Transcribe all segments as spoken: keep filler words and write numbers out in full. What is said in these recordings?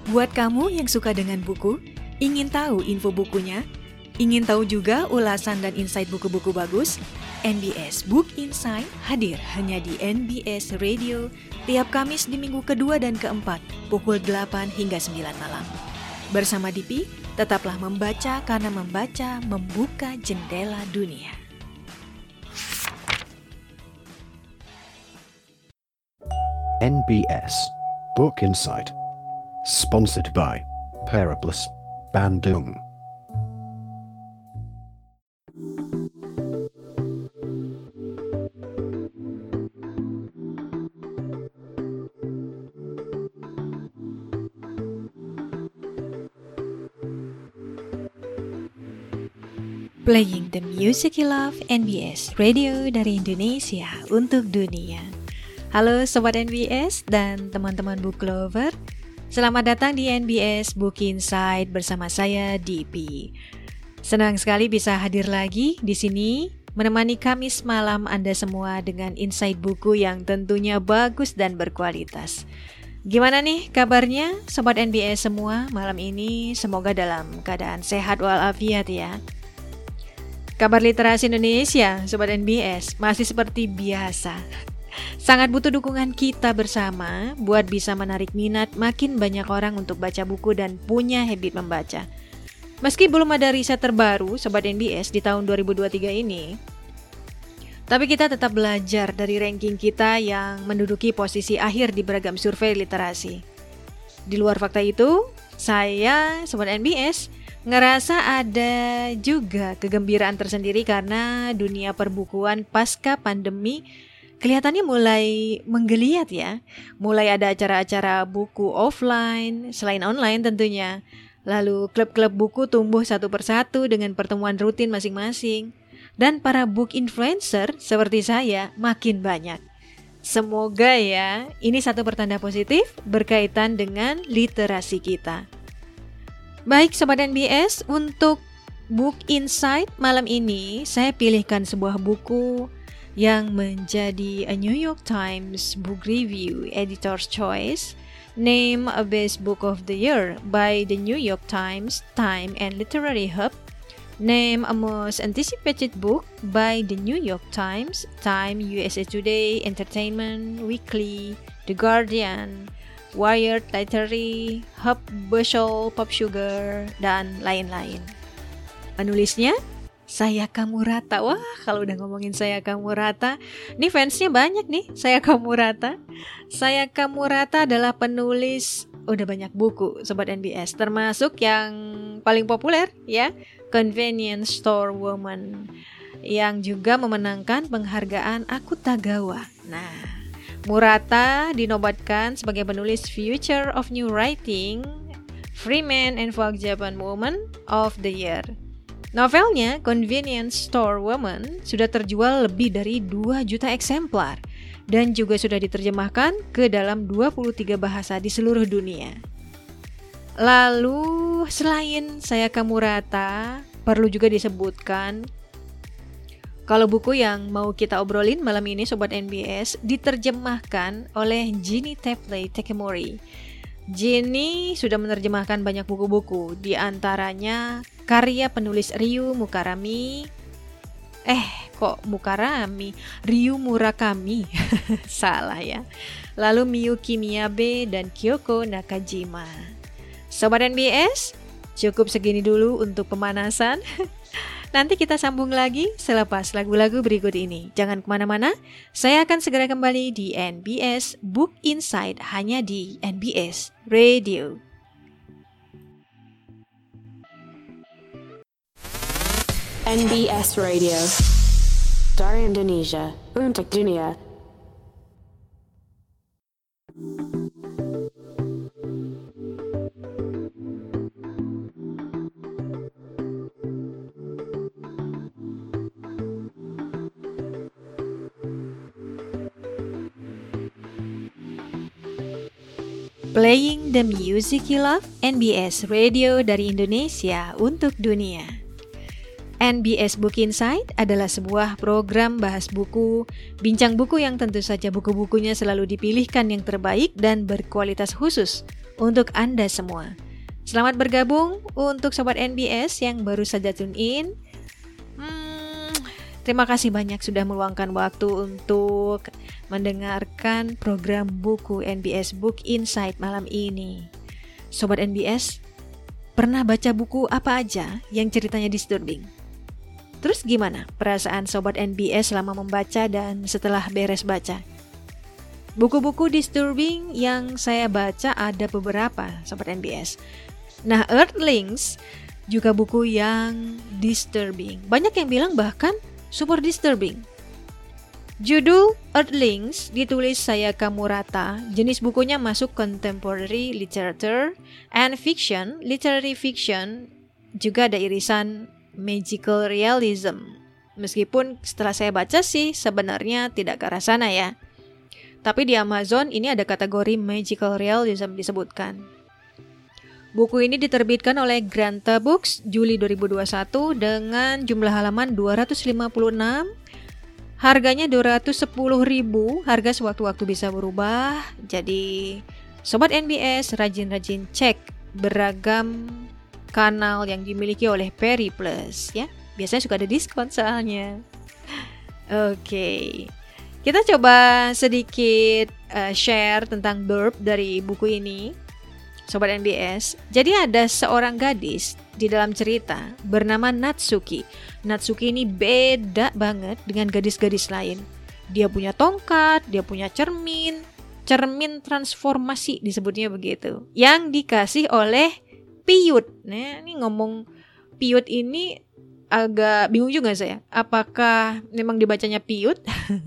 Buat kamu yang suka dengan buku, ingin tahu info bukunya, ingin tahu juga ulasan dan insight buku-buku bagus, N B S Book Insight hadir hanya di N B S Radio tiap Kamis di minggu kedua dan keempat, pukul delapan hingga sembilan malam. Bersama D P, tetaplah membaca karena membaca membuka jendela dunia. N B S Book Insight, sponsored by Periplus Bandung. Playing the music you love, N B S Radio dari Indonesia untuk dunia. Halo Sobat N B S dan teman-teman book lover. Selamat datang di N B S Book Insight bersama saya D P. Senang sekali bisa hadir lagi di sini menemani Kamis malam Anda semua dengan insight buku yang tentunya bagus dan berkualitas. Gimana nih kabarnya Sobat N B S semua malam ini? Semoga dalam keadaan sehat walafiat ya. Kabar literasi Indonesia, Sobat N B S, masih seperti biasa. Sangat butuh dukungan kita bersama buat bisa menarik minat makin banyak orang untuk baca buku dan punya habit membaca. Meski belum ada riset terbaru, Sobat N B S, di tahun dua ribu dua puluh tiga ini, tapi kita tetap belajar dari ranking kita yang menduduki posisi akhir di beragam survei literasi. Di luar fakta itu, saya, Sobat N B S, ngerasa ada juga kegembiraan tersendiri karena dunia perbukuan pasca pandemi kelihatannya mulai menggeliat ya. Mulai ada acara-acara buku offline, selain online tentunya. Lalu klub-klub buku tumbuh satu persatu dengan pertemuan rutin masing-masing. Dan para book influencer seperti saya makin banyak. Semoga ya, ini satu pertanda positif berkaitan dengan literasi kita. Baik Sobat N B S, untuk Book Insight malam ini saya pilihkan sebuah buku yang menjadi a New York Times Book Review Editor's Choice, named a Best Book of the Year by the New York Times, Time and Literary Hub, named a Most Anticipated Book by the New York Times, Time, U S A Today, Entertainment Weekly, The Guardian, Wired, Literary Hub, Bustle, Pop Sugar, dan lain-lain. Penulisnya Sayaka Murata. Wah, kalau udah ngomongin Sayaka Murata, nih fansnya banyak nih, Sayaka Murata. Sayaka Murata adalah penulis udah banyak buku Sobat N B S, termasuk yang paling populer ya, Convenience Store Woman, yang juga memenangkan penghargaan Akutagawa. Nah, Murata dinobatkan sebagai penulis Future of New Writing, Freeman and Vogue Japan Woman of the Year. Novelnya, Convenience Store Woman, sudah terjual lebih dari dua juta eksemplar dan juga sudah diterjemahkan ke dalam dua puluh tiga bahasa di seluruh dunia. Lalu, selain Sayaka Murata, perlu juga disebutkan kalau buku yang mau kita obrolin malam ini Sobat N B S diterjemahkan oleh Ginny Tapley Takemori. Ginny sudah menerjemahkan banyak buku-buku, di antaranya karya penulis Ryu Murakami. Eh, kok Murakami? Ryu Murakami. Salah ya. Lalu Miyuki Miyabe dan Kyoko Nakajima. Sobat N B S, cukup segini dulu untuk pemanasan. Nanti kita sambung lagi selepas lagu-lagu berikut ini. Jangan kemana-mana, saya akan segera kembali di N B S Book Insight hanya di N B S Radio. N B S Radio dari Indonesia untuk dunia. Playing the music you love, N B S Radio dari Indonesia untuk dunia. N B S Book Insight adalah sebuah program bahas buku, bincang buku yang tentu saja buku-bukunya selalu dipilihkan yang terbaik dan berkualitas khusus untuk Anda semua. Selamat bergabung untuk Sobat N B S yang baru saja tune in. Hmm, terima kasih banyak sudah meluangkan waktu untuk mendengarkan program buku N B S Book Insight malam ini. Sobat N B S, pernah baca buku apa aja yang ceritanya disturbing? Terus gimana perasaan Sobat N B S selama membaca dan setelah beres baca? Buku-buku disturbing yang saya baca ada beberapa, Sobat N B S. Nah, Earthlings juga buku yang disturbing. Banyak yang bilang bahkan super disturbing. Judul Earthlings ditulis Sayaka Murata. Jenis bukunya masuk contemporary literature and fiction, literary fiction, juga ada irisan magical realism. Meskipun setelah saya baca sih sebenarnya tidak ke arah sana ya. Tapi di Amazon ini ada kategori magical realism disebutkan. Buku ini diterbitkan oleh Granta Books Juli dua ribu dua puluh satu dengan jumlah halaman dua ratus lima puluh enam. Harganya dua ratus sepuluh ribu, harga sewaktu-waktu bisa berubah. Jadi Sobat N B S rajin-rajin cek beragam kanal yang dimiliki oleh Peri Plus ya. Biasanya suka ada diskon soalnya. Oke. Okay. Kita coba sedikit uh, share tentang blurb dari buku ini. Sobat N B S, jadi ada seorang gadis di dalam cerita bernama Natsuki. Natsuki ini beda banget dengan gadis-gadis lain. Dia punya tongkat, dia punya cermin, cermin transformasi disebutnya begitu, yang dikasih oleh Piyut. Nah, ini ngomong Piyut ini agak bingung juga saya. Apakah memang dibacanya Piyut?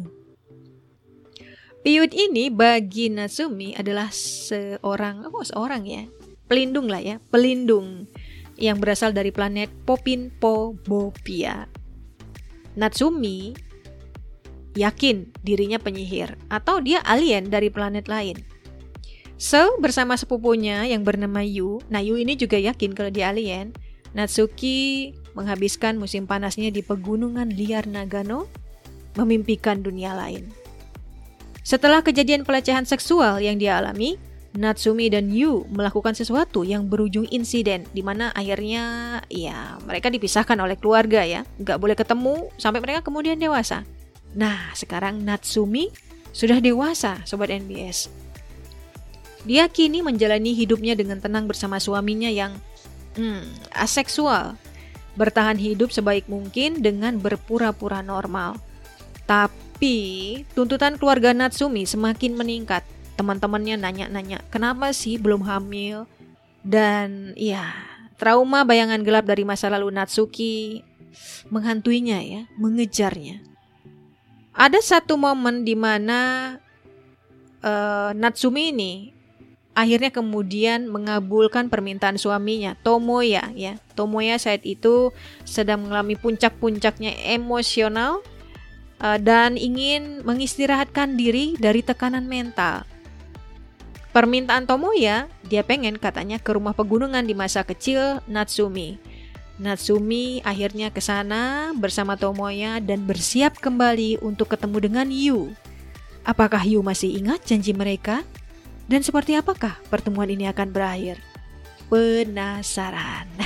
Piyut ini bagi Natsumi adalah seorang, oh seorang ya, pelindung lah ya, pelindung yang berasal dari planet Popinpobopia. Natsumi yakin dirinya penyihir atau dia alien dari planet lain. So, bersama sepupunya yang bernama Yu, nah Yu ini juga yakin kalau dia alien, Natsuki menghabiskan musim panasnya di pegunungan liar Nagano, memimpikan dunia lain. Setelah kejadian pelecehan seksual yang dia alami, Natsumi dan Yu melakukan sesuatu yang berujung insiden di mana akhirnya ya mereka dipisahkan oleh keluarga ya, nggak boleh ketemu sampai mereka kemudian dewasa. Nah, sekarang Natsumi sudah dewasa, Sobat N B S. Dia kini menjalani hidupnya dengan tenang bersama suaminya yang hmm, aseksual, bertahan hidup sebaik mungkin dengan berpura-pura normal. Tapi Tapi, tuntutan keluarga Natsumi semakin meningkat. Teman-temannya nanya-nanya, kenapa sih belum hamil? Dan ya, trauma bayangan gelap dari masa lalu Natsuki menghantuinya ya, mengejarnya. Ada satu momen di mana uh, Natsumi ini akhirnya kemudian mengabulkan permintaan suaminya, Tomoya ya. Tomoya saat itu sedang mengalami puncak-puncaknya emosional dan ingin mengistirahatkan diri dari tekanan mental. Permintaan Tomoya, dia pengen katanya ke rumah pegunungan di masa kecil Natsumi. Natsumi akhirnya ke sana bersama Tomoya dan bersiap kembali untuk ketemu dengan Yu. Apakah Yu masih ingat janji mereka? Dan seperti apakah pertemuan ini akan berakhir? Penasaran.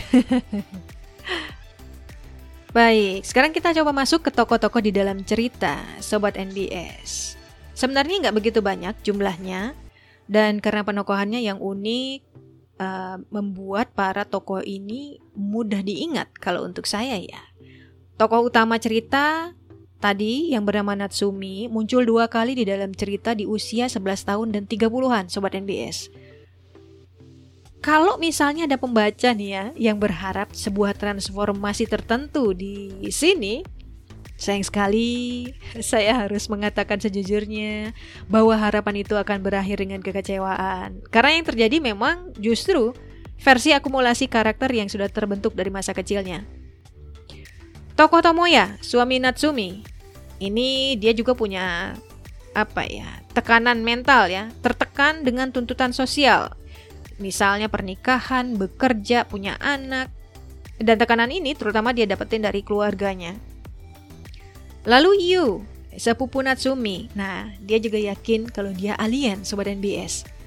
Baik, sekarang kita coba masuk ke tokoh-tokoh di dalam cerita Sobat N B S. Sebenarnya nggak begitu banyak jumlahnya, dan karena penokohannya yang unik, uh, membuat para tokoh ini mudah diingat kalau untuk saya ya. Tokoh utama cerita tadi yang bernama Natsumi muncul dua kali di dalam cerita di usia sebelas tahun dan tiga puluhan, Sobat N B S. Kalau misalnya ada pembaca nih ya yang berharap sebuah transformasi tertentu di sini, sayang sekali saya harus mengatakan sejujurnya bahwa harapan itu akan berakhir dengan kekecewaan. Karena yang terjadi memang justru versi akumulasi karakter yang sudah terbentuk dari masa kecilnya. Tokoh Tomoya, suami Natsumi, ini dia juga punya apa ya, tekanan mental ya, tertekan dengan tuntutan sosial. Misalnya pernikahan, bekerja, punya anak. Dan tekanan ini terutama dia dapetin dari keluarganya. Lalu Yu, sepupu Natsumi. Nah, dia juga yakin kalau dia alien, Sobat N B S.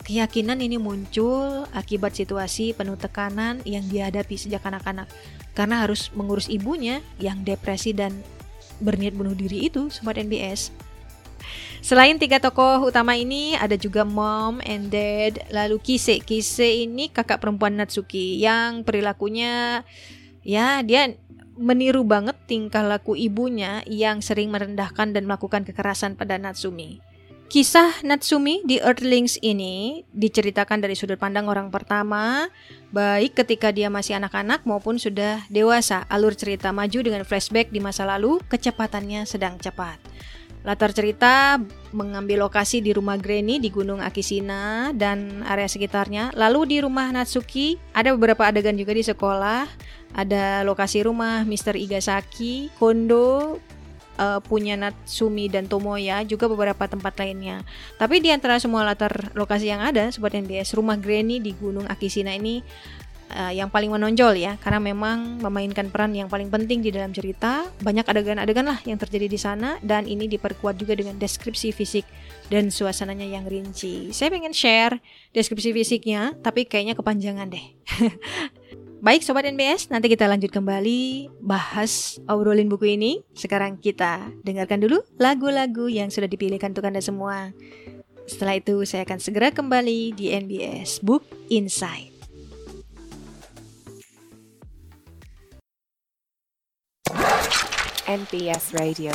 Keyakinan ini muncul akibat situasi penuh tekanan yang dihadapi sejak anak-anak karena harus mengurus ibunya yang depresi dan berniat bunuh diri itu, Sobat N B S. Selain tiga tokoh utama ini, ada juga Mom and Dad, lalu Kise. Kise ini kakak perempuan Natsuki yang perilakunya, ya dia meniru banget tingkah laku ibunya yang sering merendahkan dan melakukan kekerasan pada Natsumi. Kisah Natsumi di Earthlings ini diceritakan dari sudut pandang orang pertama, baik ketika dia masih anak-anak maupun sudah dewasa. Alur cerita maju dengan flashback di masa lalu, kecepatannya sedang cepat. Latar cerita mengambil lokasi di rumah Granny di Gunung Akishina dan area sekitarnya. Lalu di rumah Natsuki ada beberapa adegan juga di sekolah. Ada lokasi rumah mister Igasaki, kondo uh, punya Natsumi dan Tomoya, juga beberapa tempat lainnya. Tapi di antara semua latar lokasi yang ada, Sobat N B S, rumah Granny di Gunung Akishina ini Uh, yang paling menonjol ya, karena memang memainkan peran yang paling penting di dalam cerita. Banyak adegan-adegan lah yang terjadi di sana, dan ini diperkuat juga dengan deskripsi fisik dan suasananya yang rinci. Saya pengen share deskripsi fisiknya, tapi kayaknya kepanjangan deh. Baik Sobat N B S, nanti kita lanjut kembali bahas obrolin buku ini. Sekarang kita dengarkan dulu lagu-lagu yang sudah dipilihkan untuk Anda semua. Setelah itu saya akan segera kembali di N B S Book Insight. N B S Radio.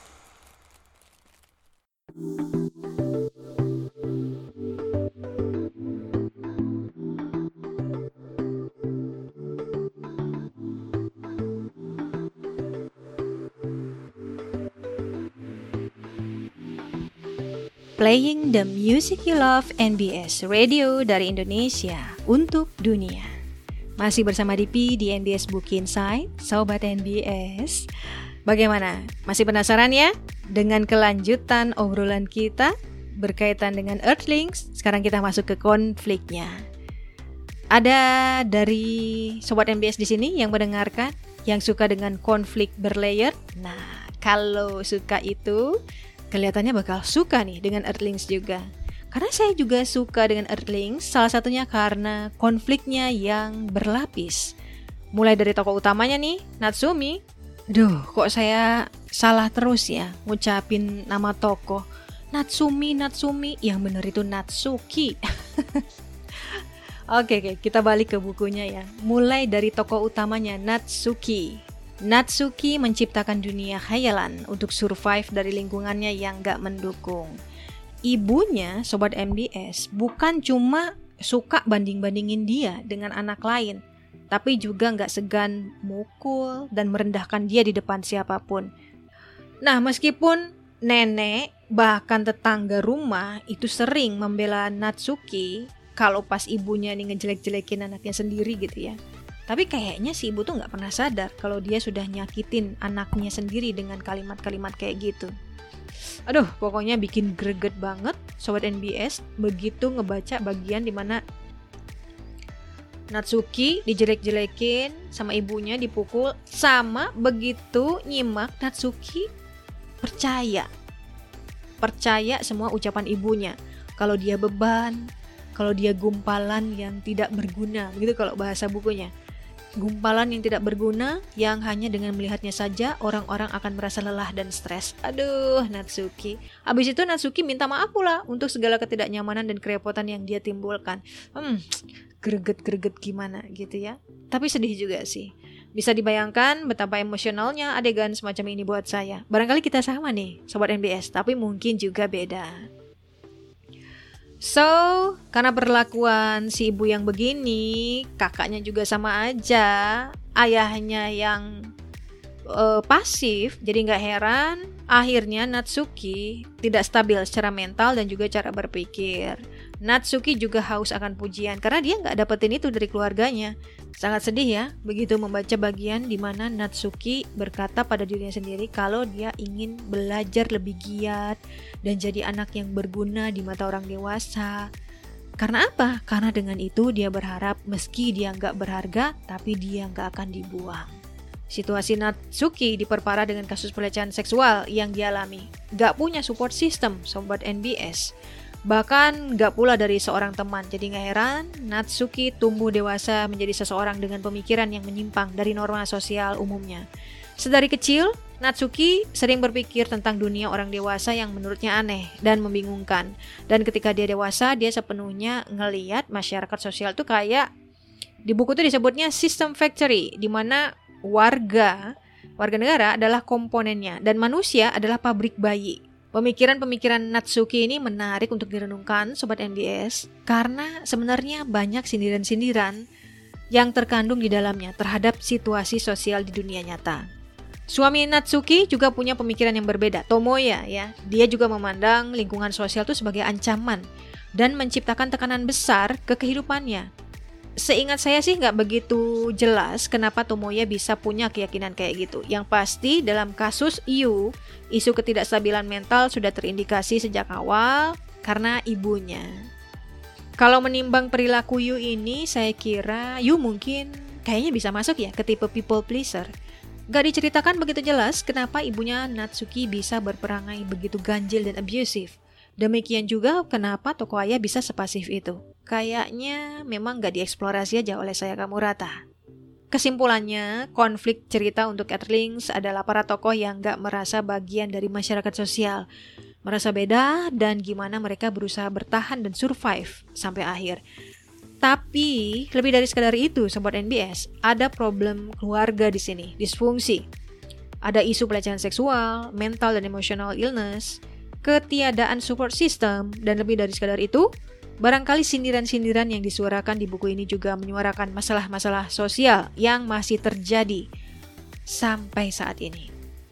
Playing the music you love, N B S Radio dari Indonesia untuk dunia. Masih bersama Dipi di N B S Book Insight, Sobat N B S. Bagaimana? Masih penasaran ya dengan kelanjutan obrolan kita berkaitan dengan Earthlings? Sekarang kita masuk ke konfliknya. Ada dari Sobat N B S di sini yang mendengarkan yang suka dengan konflik berlayer? Nah, kalau suka itu kelihatannya bakal suka nih dengan Earthlings juga. Karena saya juga suka dengan Earthlings, salah satunya karena konfliknya yang berlapis. Mulai dari tokoh utamanya nih, Natsumi. Duh, kok saya salah terus ya ngucapin nama tokoh. Natsumi, Natsumi, yang benar itu Natsuki. Oke, oke, kita balik ke bukunya ya. Mulai dari tokoh utamanya, Natsuki. Natsuki menciptakan dunia khayalan untuk survive dari lingkungannya yang gak mendukung. Ibunya, Sobat M B S, bukan cuma suka banding-bandingin dia dengan anak lain, tapi juga gak segan mukul dan merendahkan dia di depan siapapun. Nah, meskipun nenek bahkan tetangga rumah itu sering membela Natsuki kalau pas ibunya nih ngejelek-jelekin anaknya sendiri gitu ya, tapi kayaknya si ibu tuh gak pernah sadar kalau dia sudah nyakitin anaknya sendiri dengan kalimat-kalimat kayak gitu. Aduh, pokoknya bikin greget banget Sobat N B S begitu ngebaca bagian dimana Natsuki dijelek-jelekin sama ibunya, dipukul, sama begitu nyimak Natsuki percaya percaya semua ucapan ibunya, kalau dia beban, kalau dia gumpalan yang tidak berguna, begitu kalau bahasa bukunya. Gumpalan yang tidak berguna, yang hanya dengan melihatnya saja orang-orang akan merasa lelah dan stres. Aduh, Natsuki. Habis itu Natsuki minta maaf pula untuk segala ketidaknyamanan dan kerepotan yang dia timbulkan. Hmm, greget-greget gimana gitu ya. Tapi sedih juga sih. Bisa dibayangkan betapa emosionalnya adegan semacam ini buat saya. Barangkali kita sama nih, Sobat N B S, tapi mungkin juga beda. So, karena perlakuan si ibu yang begini, kakaknya juga sama aja, ayahnya yang uh, pasif, jadi gak heran akhirnya Natsuki tidak stabil secara mental dan juga cara berpikir. Natsuki juga haus akan pujian karena dia gak dapetin itu dari keluarganya. Sangat sedih ya, begitu membaca bagian di mana Natsuki berkata pada dirinya sendiri kalau dia ingin belajar lebih giat dan jadi anak yang berguna di mata orang dewasa. Karena apa? Karena dengan itu dia berharap meski dia nggak berharga, tapi dia nggak akan dibuang. Situasi Natsuki diperparah dengan kasus pelecehan seksual yang dialami. Nggak punya support system, Sobat N B S. Bahkan gak pula dari seorang teman. Jadi gak heran Natsuki tumbuh dewasa menjadi seseorang dengan pemikiran yang menyimpang dari norma sosial umumnya. Sedari kecil, Natsuki sering berpikir tentang dunia orang dewasa yang menurutnya aneh dan membingungkan. Dan ketika dia dewasa, dia sepenuhnya ngelihat masyarakat sosial itu kayak, di buku itu disebutnya system factory, di mana warga, warga negara adalah komponennya dan manusia adalah pabrik bayi. Pemikiran-pemikiran Natsuki ini menarik untuk direnungkan Sobat N B S karena sebenarnya banyak sindiran-sindiran yang terkandung di dalamnya terhadap situasi sosial di dunia nyata. Suami Natsuki juga punya pemikiran yang berbeda, Tomoya ya. Dia juga memandang lingkungan sosial itu sebagai ancaman dan menciptakan tekanan besar ke kehidupannya. Seingat saya sih nggak begitu jelas kenapa Tomoya bisa punya keyakinan kayak gitu. Yang pasti dalam kasus Yu, isu ketidakstabilan mental sudah terindikasi sejak awal karena ibunya. Kalau menimbang perilaku Yu ini, saya kira Yu mungkin kayaknya bisa masuk ya ke tipe people pleaser. Gak diceritakan begitu jelas kenapa ibunya Natsuki bisa berperangai begitu ganjil dan abusive. Demikian juga kenapa tokoh ayah bisa sepasif itu. Kayaknya memang gak dieksplorasi aja oleh Sayaka Murata. Kesimpulannya, konflik cerita untuk Earthlings adalah para tokoh yang gak merasa bagian dari masyarakat sosial, merasa beda, dan gimana mereka berusaha bertahan dan survive sampai akhir. Tapi, lebih dari sekadar itu, Sobat N B S, ada problem keluarga di sini, disfungsi. Ada isu pelecehan seksual, mental dan emotional illness, ketiadaan support system, dan lebih dari sekadar itu, barangkali sindiran-sindiran yang disuarakan di buku ini juga menyuarakan masalah-masalah sosial yang masih terjadi sampai saat ini.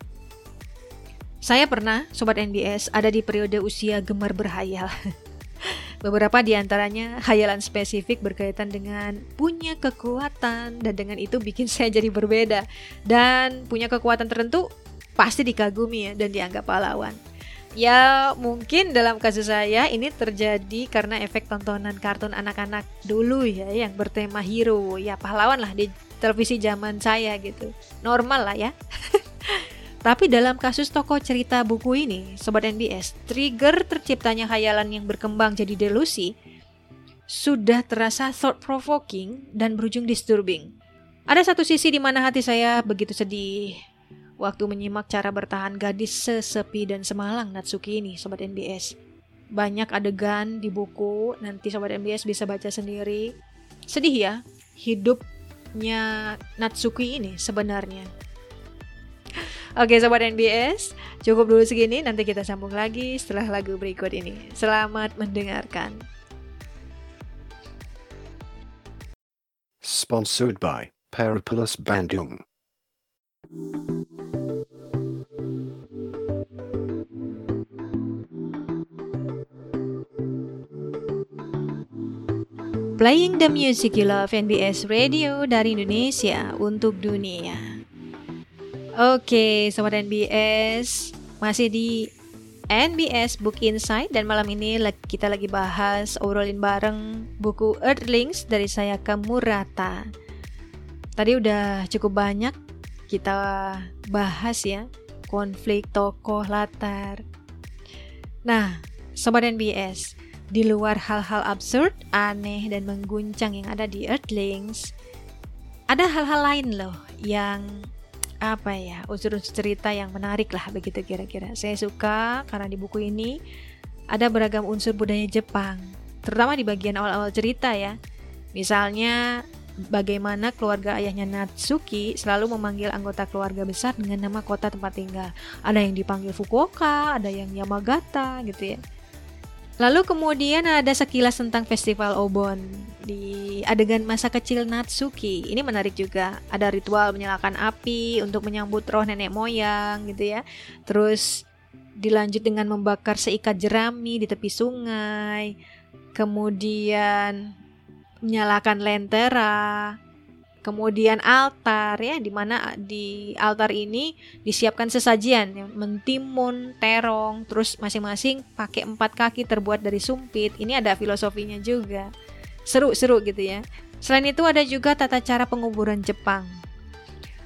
Saya pernah, Sobat N B S, ada di periode usia gemar berhayal. Beberapa di antaranya hayalan spesifik berkaitan dengan punya kekuatan, dan dengan itu bikin saya jadi berbeda. Dan punya kekuatan tertentu pasti dikagumi ya, dan dianggap pahlawan. Ya mungkin dalam kasus saya ini terjadi karena efek tontonan kartun anak-anak dulu ya, yang bertema hero, ya pahlawan lah di televisi zaman saya gitu. Normal lah ya. Tapi dalam kasus tokoh cerita buku ini, Sobat N B S, trigger terciptanya khayalan yang berkembang jadi delusi sudah terasa thought-provoking dan berujung disturbing. Ada satu sisi di mana hati saya begitu sedih waktu menyimak cara bertahan gadis sesepi dan semalang Natsuki ini, Sobat N B S. Banyak adegan di buku, nanti Sobat N B S bisa baca sendiri. Sedih ya, hidupnya Natsuki ini sebenarnya. Oke Sobat N B S, cukup dulu segini, nanti kita sambung lagi setelah lagu berikut ini. Selamat mendengarkan. Sponsored by Periplus Bandung. Playing the music you love, N B S Radio dari Indonesia untuk dunia. Oke, Sobat N B S, masih di N B S Book Insight, dan malam ini kita lagi bahas, obrolin bareng buku Earthlings dari Sayaka Murata. Tadi udah cukup banyak kita bahas ya, konflik, tokoh, latar. Nah, Sobat N B S, di luar hal-hal absurd, aneh, dan mengguncang yang ada di Earthlings, ada hal-hal lain loh yang apa ya, unsur-unsur cerita yang menarik lah begitu kira-kira. Saya suka karena di buku ini ada beragam unsur budaya Jepang, terutama di bagian awal-awal cerita ya. Misalnya bagaimana keluarga ayahnya Natsuki selalu memanggil anggota keluarga besar dengan nama kota tempat tinggal. Ada yang dipanggil Fukuoka, ada yang Yamagata gitu ya. Lalu kemudian ada sekilas tentang festival Obon di adegan masa kecil Natsuki. Ini menarik juga. Ada ritual menyalakan api untuk menyambut roh nenek moyang gitu ya. Terus dilanjut dengan membakar seikat jerami di tepi sungai. Kemudian menyalakan lentera. Kemudian altar ya, di mana di altar ini disiapkan sesajian ya, mentimun, terong, terus masing-masing pakai empat kaki terbuat dari sumpit. Ini ada filosofinya juga. Seru-seru gitu ya. Selain itu ada juga tata cara penguburan Jepang.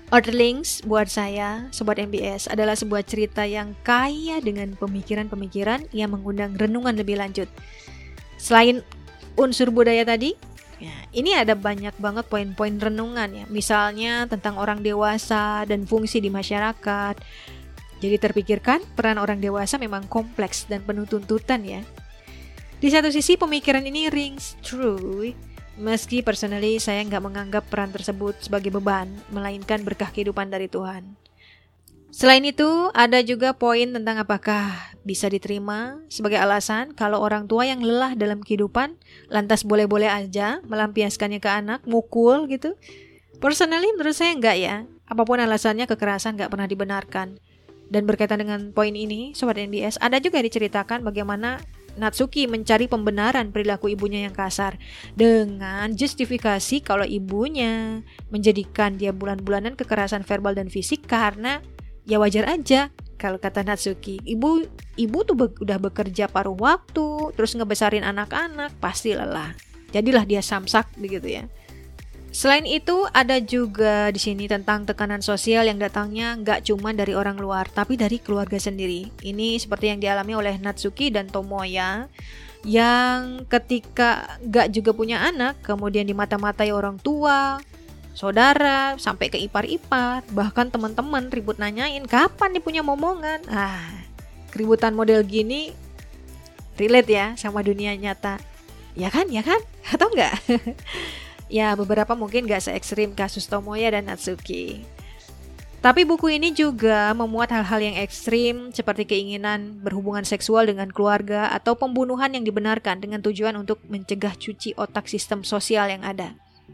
Earthlings buat saya, Sobat M B S, adalah sebuah cerita yang kaya dengan pemikiran-pemikiran yang mengundang renungan lebih lanjut. Selain unsur budaya tadi, ya, ini ada banyak banget poin-poin renungan ya. Misalnya tentang orang dewasa dan fungsi di masyarakat. Jadi terpikirkan peran orang dewasa memang kompleks dan penuh tuntutan ya. Di satu sisi pemikiran ini rings true. Meski personally saya nggak menganggap peran tersebut sebagai beban, melainkan berkah kehidupan dari Tuhan. Selain itu, ada juga poin tentang apakah bisa diterima sebagai alasan kalau orang tua yang lelah dalam kehidupan, lantas boleh-boleh aja melampiaskannya ke anak, mukul gitu. Personally menurut saya nggak ya, apapun alasannya kekerasan nggak pernah dibenarkan. Dan berkaitan dengan poin ini, Sobat N B S, ada juga diceritakan bagaimana Natsuki mencari pembenaran perilaku ibunya yang kasar dengan justifikasi kalau ibunya menjadikan dia bulan-bulanan kekerasan verbal dan fisik karena ya wajar aja. Kalau kata Natsuki, ibu ibu tuh be- udah bekerja paruh waktu, terus ngebesarin anak-anak, pasti lelah. Jadilah dia samsak begitu ya. Selain itu ada juga di sini tentang tekanan sosial yang datangnya nggak cuma dari orang luar, tapi dari keluarga sendiri. Ini seperti yang dialami oleh Natsuki dan Tomoya, yang ketika nggak juga punya anak, kemudian dimata-matai orang tua, saudara, sampai ke ipar-ipar, bahkan teman-teman ribut nanyain kapan nih punya momongan. Ah, keributan model gini relate ya sama dunia nyata. Ya kan, ya kan? Atau enggak? Ya, beberapa mungkin gak se-ekstrim kasus Tomoya dan Natsuki. Tapi buku ini juga memuat hal-hal yang ekstrim seperti keinginan berhubungan seksual dengan keluarga atau pembunuhan yang dibenarkan dengan tujuan untuk mencegah cuci otak sistem sosial yang ada.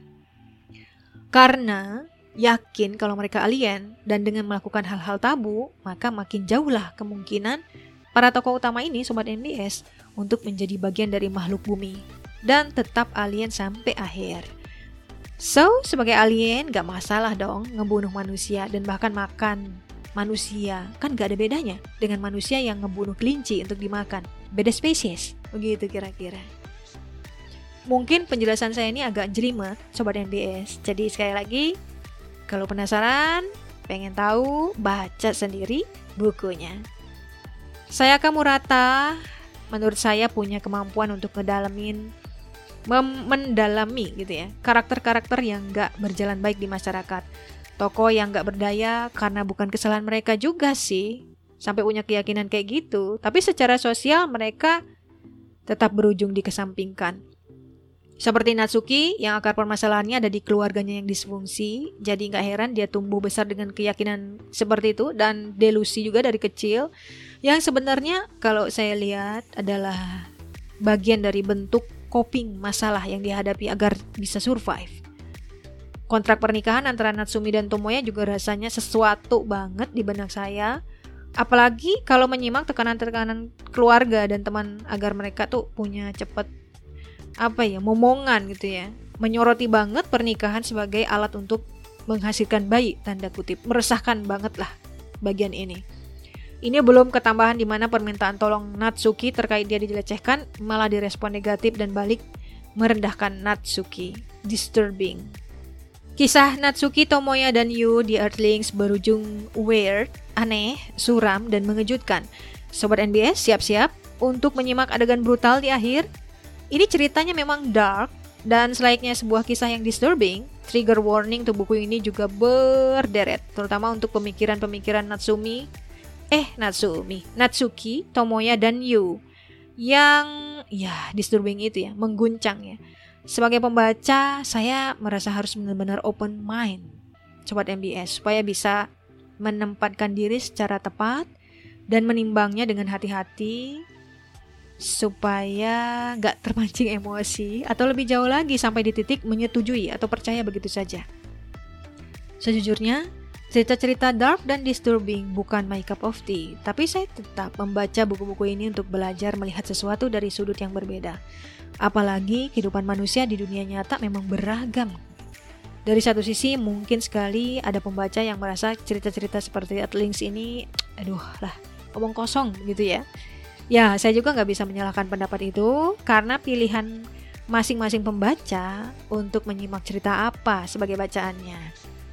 Karena yakin kalau mereka alien dan dengan melakukan hal-hal tabu, maka makin jauhlah kemungkinan para tokoh utama ini, Sobat N B S, untuk menjadi bagian dari makhluk bumi dan tetap alien sampai akhir. So, sebagai alien gak masalah dong ngebunuh manusia dan bahkan makan manusia. Kan gak ada bedanya dengan manusia yang ngebunuh kelinci untuk dimakan. Beda spesies, begitu kira-kira. Mungkin penjelasan saya ini agak jelimet, Sobat N B S. Jadi sekali lagi, kalau penasaran, pengen tahu, baca sendiri bukunya. Sayaka Murata, menurut saya punya kemampuan untuk ngedalamin Mem- mendalami gitu ya karakter-karakter yang gak berjalan baik di masyarakat, tokoh yang gak berdaya karena bukan kesalahan mereka juga sih sampai punya keyakinan kayak gitu, tapi secara sosial mereka tetap berujung dikesampingkan. Seperti Natsuki yang akar permasalahannya ada di keluarganya yang disfungsi, jadi gak heran dia tumbuh besar dengan keyakinan seperti itu dan delusi juga dari kecil, yang sebenarnya kalau saya lihat adalah bagian dari bentuk coping masalah yang dihadapi agar bisa survive. Kontrak pernikahan antara Natsumi dan Tomoya juga rasanya sesuatu banget di benak saya. Apalagi kalau menyimak tekanan-tekanan keluarga dan teman agar mereka tuh punya cepet apa ya, momongan gitu ya. Menyoroti banget pernikahan sebagai alat untuk menghasilkan bayi, tanda kutip. Meresahkan banget lah bagian ini. Ini belum ketambahan di mana permintaan tolong Natsuki terkait dia dilecehkan malah direspon negatif dan balik merendahkan Natsuki. Disturbing. Kisah Natsuki, Tomoya, dan Yu di Earthlings berujung weird, aneh, suram, dan mengejutkan. Sobat N B S siap-siap untuk menyimak adegan brutal di akhir. Ini ceritanya memang dark dan selayaknya sebuah kisah yang disturbing. Trigger warning untuk buku ini juga berderet, terutama untuk pemikiran-pemikiran Natsumi Eh, Natsumi, Natsuki, Tomoya, dan Yu yang ya disturbing itu ya, mengguncang ya. Sebagai pembaca, saya merasa harus benar-benar open mind, Sobat M B S, supaya bisa menempatkan diri secara tepat dan menimbangnya dengan hati-hati supaya gak terpancing emosi atau lebih jauh lagi sampai di titik menyetujui atau percaya begitu saja. Sejujurnya, cerita-cerita dark dan disturbing bukan my cup of tea, tapi saya tetap membaca buku-buku ini untuk belajar melihat sesuatu dari sudut yang berbeda. Apalagi kehidupan manusia di dunia nyata memang beragam. Dari satu sisi mungkin sekali ada pembaca yang merasa cerita-cerita seperti Earthlings ini, aduh lah, omong kosong gitu ya. Ya, saya juga nggak bisa menyalahkan pendapat itu, karena pilihan masing-masing pembaca untuk menyimak cerita apa sebagai bacaannya.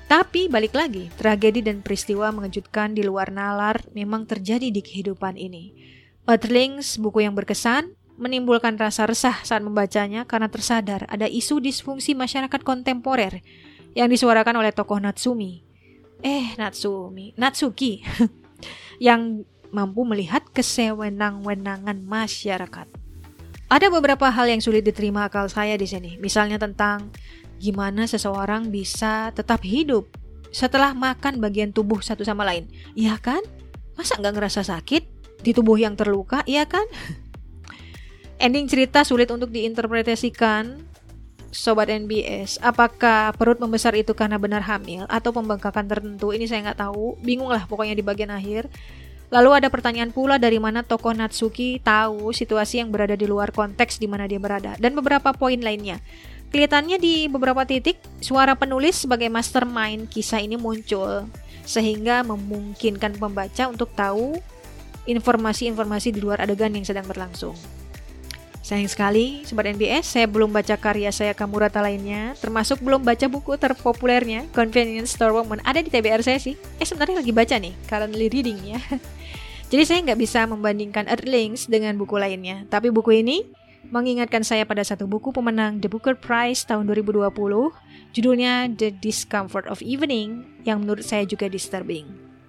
Tapi balik lagi, tragedi dan peristiwa mengejutkan di luar nalar memang terjadi di kehidupan ini. Earthlings, buku yang berkesan, menimbulkan rasa resah saat membacanya karena tersadar ada isu disfungsi masyarakat kontemporer yang disuarakan oleh tokoh Natsumi. Eh, Natsumi, Natsuki yang mampu melihat kesewenang-wenangan masyarakat. Ada beberapa hal yang sulit diterima akal saya di sini. Misalnya tentang gimana seseorang bisa tetap hidup setelah makan bagian tubuh satu sama lain. Iya kan? Masa nggak ngerasa sakit di tubuh yang terluka? Iya kan? Ending cerita sulit untuk diinterpretasikan, Sobat N B S. Apakah perut membesar itu karena benar hamil atau pembengkakan tertentu? Ini saya nggak tahu. Bingung lah pokoknya di bagian akhir. Lalu ada pertanyaan pula dari mana tokoh Natsuki tahu situasi yang berada di luar konteks di mana dia berada. Dan beberapa poin lainnya. Kelihatannya di beberapa titik suara penulis sebagai mastermind kisah ini muncul. Sehingga memungkinkan pembaca untuk tahu informasi-informasi di luar adegan yang sedang berlangsung. Sayang sekali, Sobat N B S, saya belum baca karya Sayaka Murata lainnya, termasuk belum baca buku terpopulernya, Convenience Store Woman. Ada di T B R saya sih. Eh, sebenarnya lagi baca nih, currently reading ya. Jadi saya nggak bisa membandingkan Earthlings dengan buku lainnya. Tapi buku ini mengingatkan saya pada satu buku pemenang The Booker Prize tahun dua ribu dua puluh, judulnya The Discomfort of Evening, yang menurut saya juga disturbing.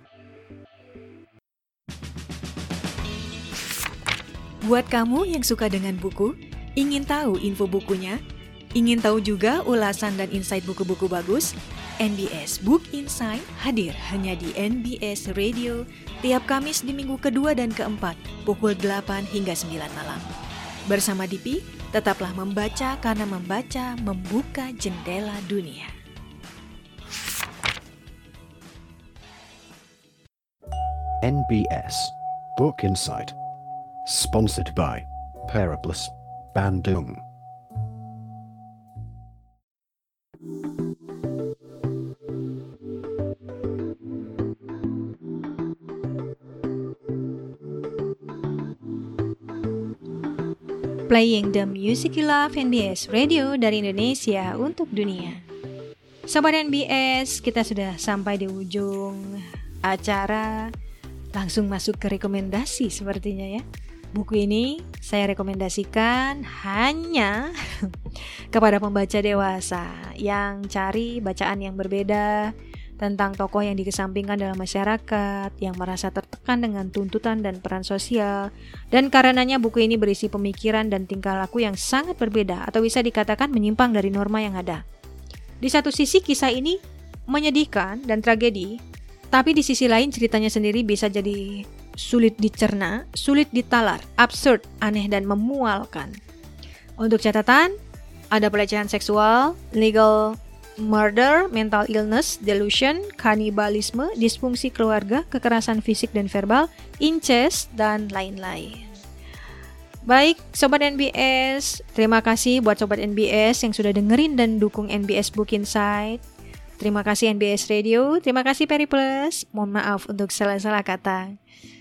Buat kamu yang suka dengan buku, ingin tahu info bukunya, ingin tahu juga ulasan dan insight buku-buku bagus, N B S Book Insight hadir hanya di N B S Radio tiap Kamis di minggu kedua dan keempat, pukul delapan hingga sembilan malam. Bersama D P, tetaplah membaca karena membaca membuka jendela dunia. N B S Book Insight. Sponsored by Periplus Bandung. Playing the music you love, N B S Radio dari Indonesia untuk dunia. Sobat N B S, kita sudah sampai di ujung acara. Langsung masuk ke rekomendasi sepertinya ya. Buku ini saya rekomendasikan hanya kepada pembaca dewasa yang cari bacaan yang berbeda tentang tokoh yang dikesampingkan dalam masyarakat, yang merasa tertekan dengan tuntutan dan peran sosial, dan karenanya buku ini berisi pemikiran dan tingkah laku yang sangat berbeda atau bisa dikatakan menyimpang dari norma yang ada. Di satu sisi kisah ini menyedihkan dan tragedi, tapi di sisi lain ceritanya sendiri bisa jadi sulit dicerna, sulit ditalar, absurd, aneh dan memualkan. Untuk catatan, ada pelecehan seksual, legal murder, mental illness, delusion, kanibalisme, disfungsi keluarga, kekerasan fisik dan verbal, incest, dan lain-lain. Baik, Sobat N B S, terima kasih buat Sobat N B S yang sudah dengerin dan dukung N B S Book Insight. Terima kasih N B S Radio, terima kasih Periplus. Mohon maaf untuk salah-salah kata.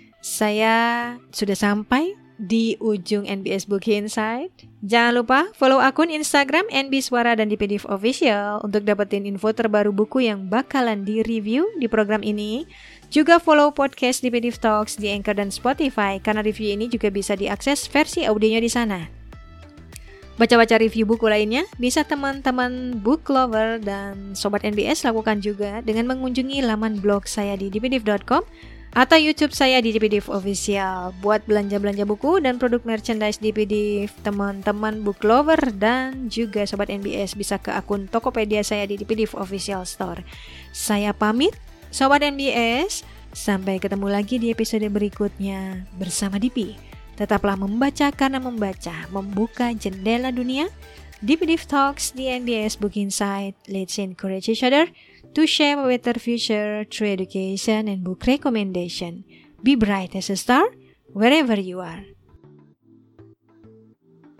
Saya sudah sampai di ujung N B S Book Insight. Jangan lupa follow akun Instagram N B Suara dan D P D F Official untuk dapetin info terbaru buku yang bakalan di-review di program ini. Juga follow podcast D P D F Talks di Anchor dan Spotify karena review ini juga bisa diakses versi audionya di sana. Baca-baca review buku lainnya bisa teman-teman book lover dan Sobat N B S lakukan juga dengan mengunjungi laman blog saya di d p d f dot com atau YouTube saya di D P D F Official. Buat belanja-belanja buku dan produk merchandise D P D F, teman-teman book lover dan juga Sobat N B S bisa ke akun Tokopedia saya di D P D F Official Store. Saya pamit, Sobat N B S. Sampai ketemu lagi di episode berikutnya bersama D P. Tetaplah membaca karena membaca, membuka jendela dunia. D P D F Talks di N B S Book Insight. Let's encourage each other to shape a better future through education and book recommendation. Be bright as a star wherever you are.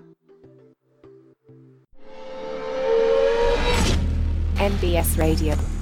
N B S Radio.